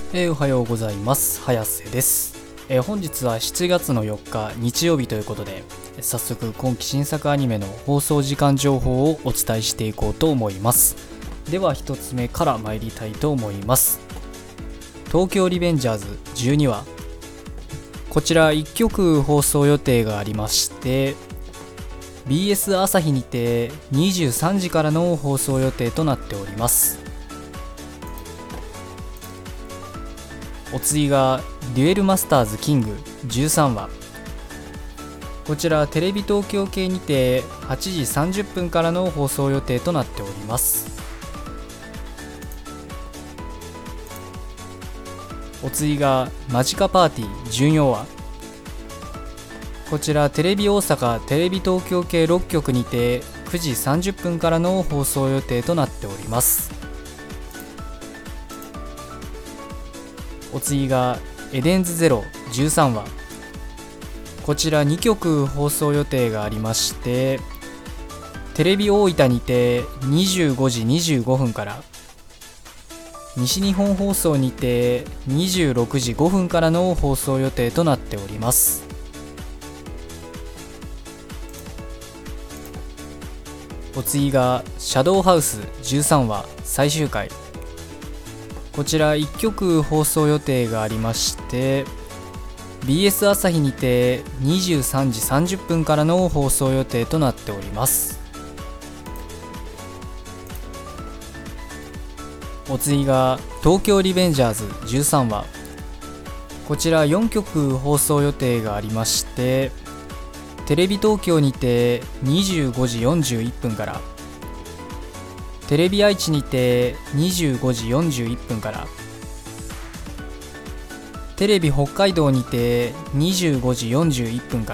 おはようございます。早瀬です。本日は7月の4日日曜日ということで、早速今期新作アニメの放送時間情報をお伝えしていこうと思います。では1つ目から参りたいと思います。東京リベンジャーズ12話、こちら1曲放送予定がありまして、 BS 朝日にて23時からの放送予定となっております。お次がデュエルマスターズキング13話、こちらテレビ東京系にて8時30分からの放送予定となっております。お次がマジカパーティー14話、こちらテレビ大阪テレビ東京系6局にて9時30分からの放送予定となっております。お次がエデンズゼロ13話、こちら2局放送予定がありまして、テレビ大分にて25時25分から、西日本放送にて26時5分からの放送予定となっております。お次がシャドウハウス13話最終回、こちら1曲放送予定がありまして、 BS 朝日にて23時30分からの放送予定となっております。お次が東京リベンジャーズ13話、こちら4曲放送予定がありまして、テレビ東京にて25時41分から、テレビ愛知にて25時41分から、テレビ北海道にて25時41分から、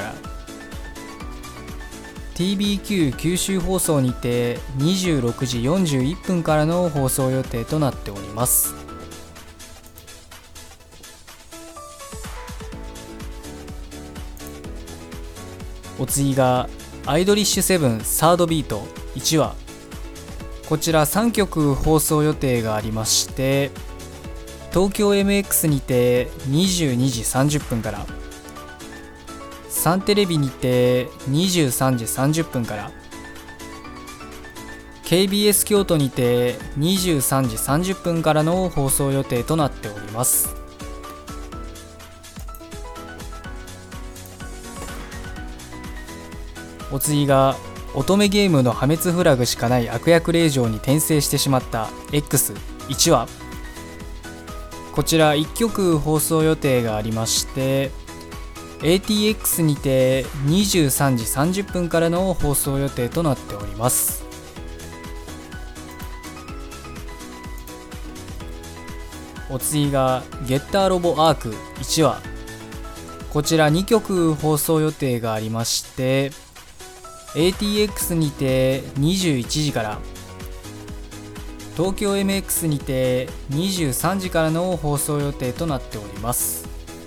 TBQ 九州放送にて26時41分からの放送予定となっております。お次がアイドリッシュセブンサードビート1話、こちら3曲放送予定がありまして、東京 MX にて22時30分から、サンテレビにて23時30分から、 KBS 京都にて23時30分からの放送予定となっております。お次が乙女ゲームの破滅フラグしかない悪役令嬢に転生してしまった X1 話、こちら1曲放送予定がありまして、 ATX にて23時30分からの放送予定となっております。お次がゲッターロボアーク1話、こちら2曲放送予定がありまして、ATX にて21時から、東京 MX にて23時からの放送予定となっております。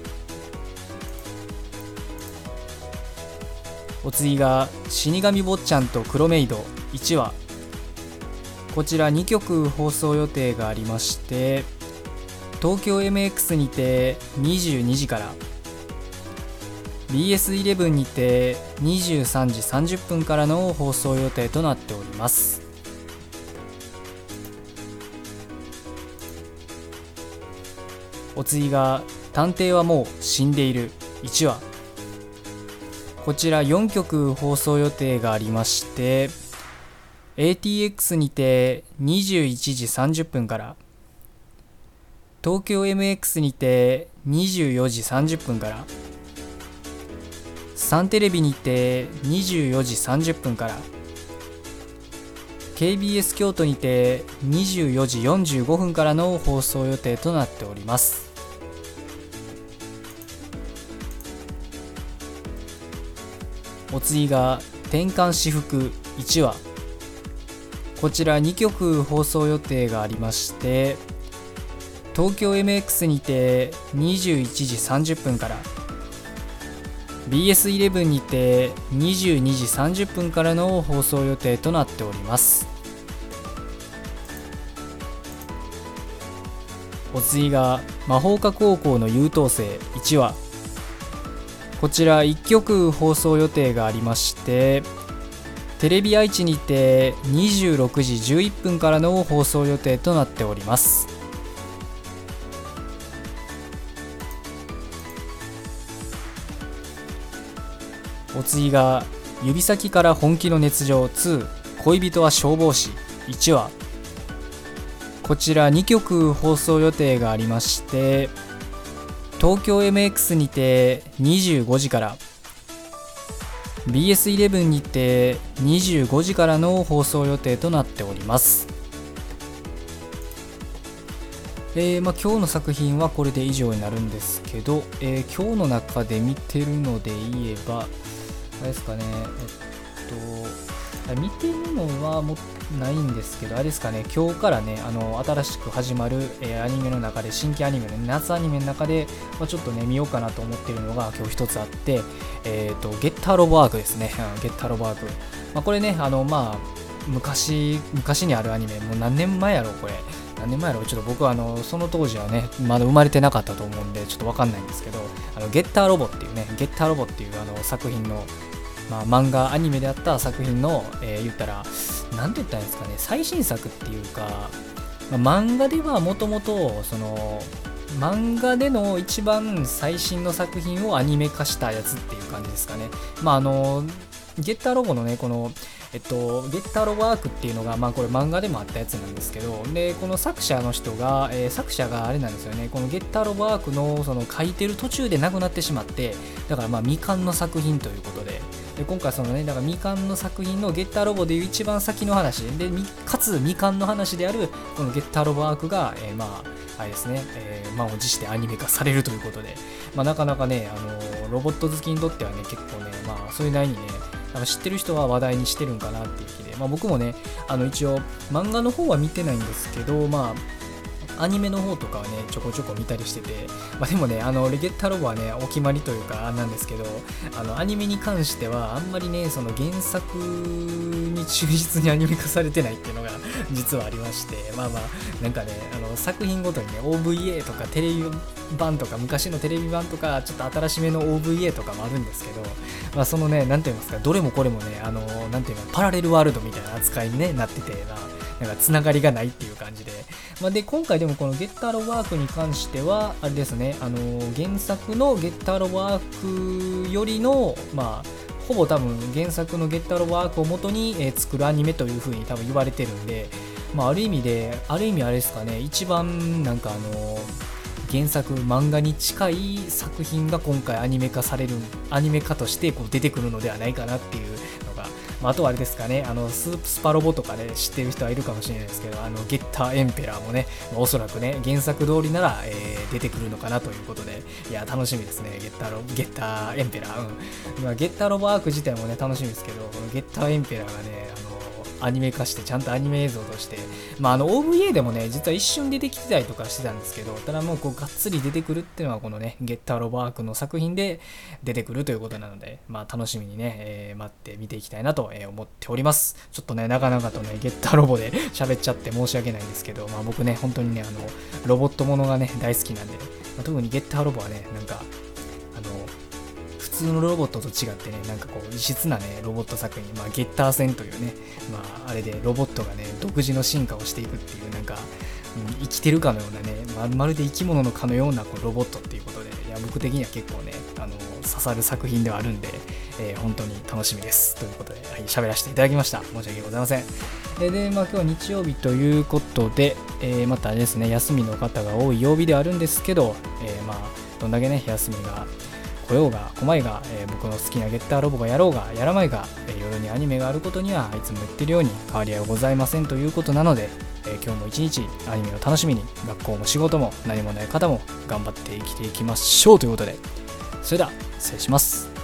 お次が死神坊ちゃんと黒メイド1話、こちら2曲放送予定がありまして、東京 MX にて22時から、BS11 にて23時30分からの放送予定となっております。お次が探偵はもう死んでいる1話、こちら4曲放送予定がありまして、 ATX にて21時30分から、東京 MX にて24時30分から、サンテレビにて24時30分から、 KBS 京都にて24時45分からの放送予定となっております。お次が転換私服1話、こちら2曲放送予定がありまして、東京 MX にて21時30分から、BS11 にて22時30分からの放送予定となっております。 お次が魔法科高校の優等生1話。こちら1曲放送予定がありまして、テレビ愛知にて26時11分からの放送予定となっております。お次が指先から本気の熱情2、恋人は消防士1話。こちら2曲放送予定がありまして、東京 MX にて25時から、BS11 にて25時からの放送予定となっております。今日の作品はこれで以上になるんですけど、今日の中で見てるので言えば、あれですかね、見てるのはもうないんですけど、あれですかね、今日からね、新しく始まる、アニメの中で、新規アニメの、夏アニメの中で、ちょっとね、見ようかなと思ってるのが今日一つあって、ゲッターロボアークですね。ゲッターロボアーク。これね、昔にあるアニメ、もう何年前やろ、これ。何年前やろ、ちょっと僕はその当時はね、まだ生まれてなかったと思うんで、ちょっとわかんないんですけど、ゲッターロボっていうね、ゲッターロボっていう作品の、漫画アニメであった作品の、言ったらなんて言ったらいいんですかね、最新作っていうか、漫画ではもともとその漫画での一番最新の作品をアニメ化したやつっていう感じですかね。ゲッターロボのね、このゲッターロボアークっていうのが、これ漫画でもあったやつなんですけど、でこの作者の人が、作者があれなんですよね、このゲッターロボアークのその書いてる途中で亡くなってしまって、だから未完の作品ということで、今回そのね、だから未完の作品のゲッターロボでいう一番先の話で、かつ未完の話であるこのゲッターロボアークが、あれですね、満を持してアニメ化されるということで、なかなかね、ロボット好きにとってはね、結構ね、それなりにね、知ってる人は話題にしてるんかなっていう気で、僕もね、一応漫画の方は見てないんですけど、アニメの方とかはね、ちょこちょこ見たりしてて、でもね、レゲッターロボはね、お決まりというかなんですけど、アニメに関してはあんまりね、その原作に忠実にアニメ化されてないっていうのが実はありまして、なんかね、作品ごとにね、OVA とかテレビ版とか、昔のテレビ版とか、ちょっと新しめの OVA とかもあるんですけど、そのね、なんて言いますか、どれもこれもね、なんていうの、パラレルワールドみたいな扱いに、ね、なってて、なんかつながりがないっていう感じで、で今回でもこのゲッターロボアークに関してはあれですね、原作のゲッターロボアークよりのほぼ多分原作のゲッターロボアークを元に、作るアニメという風に多分言われてるんで、ある意味あれですかね、一番なんか原作漫画に近い作品が今回アニメ化としてこう出てくるのではないかなっていうのが、あとはあれですかね、スパロボとかで知ってる人はいるかもしれないですけど、ゲッターエンペラーもね、おそらくね、原作通りなら、出てくるのかなということで、いや楽しみですね。ゲッターエンペラー、ゲッターロボアーク自体もね楽しみですけど、このゲッターエンペラーがね、アニメ化してちゃんとアニメ映像として、OVA でもね実は一瞬出てきてたりとかしてたんですけど、ただもうこうがっつり出てくるっていうのはこのねゲッターロボアークの作品で出てくるということなので、楽しみにね、待って見ていきたいなと思っております。ちょっとねなかなかとねゲッターロボで喋っちゃって申し訳ないんですけど、僕ね本当にねロボットものがね大好きなんで、特にゲッターロボはねなんか普通のロボットと違ってね、なんかこう異質なねロボット作品、ゲッター戦というね、あれでロボットがね独自の進化をしていくっていう、なんか、生きてるかのようなね、まるで生き物のかのようなこうロボットっていうことで、いや僕的には結構ね刺さる作品ではあるんで、本当に楽しみですということで、喋らせていただきました。申し訳ございません。で今日は日曜日ということで、またですね休みの方が多い曜日ではあるんですけど、どんだけね休みが来ようが来まいが、僕の好きなゲッターロボがやろうがやらまいが、夜にアニメがあることにはいつも言ってるように変わりはございませんということなので、今日も一日アニメを楽しみに、学校も仕事も何もない方も頑張って生きていきましょうということで、それでは失礼します。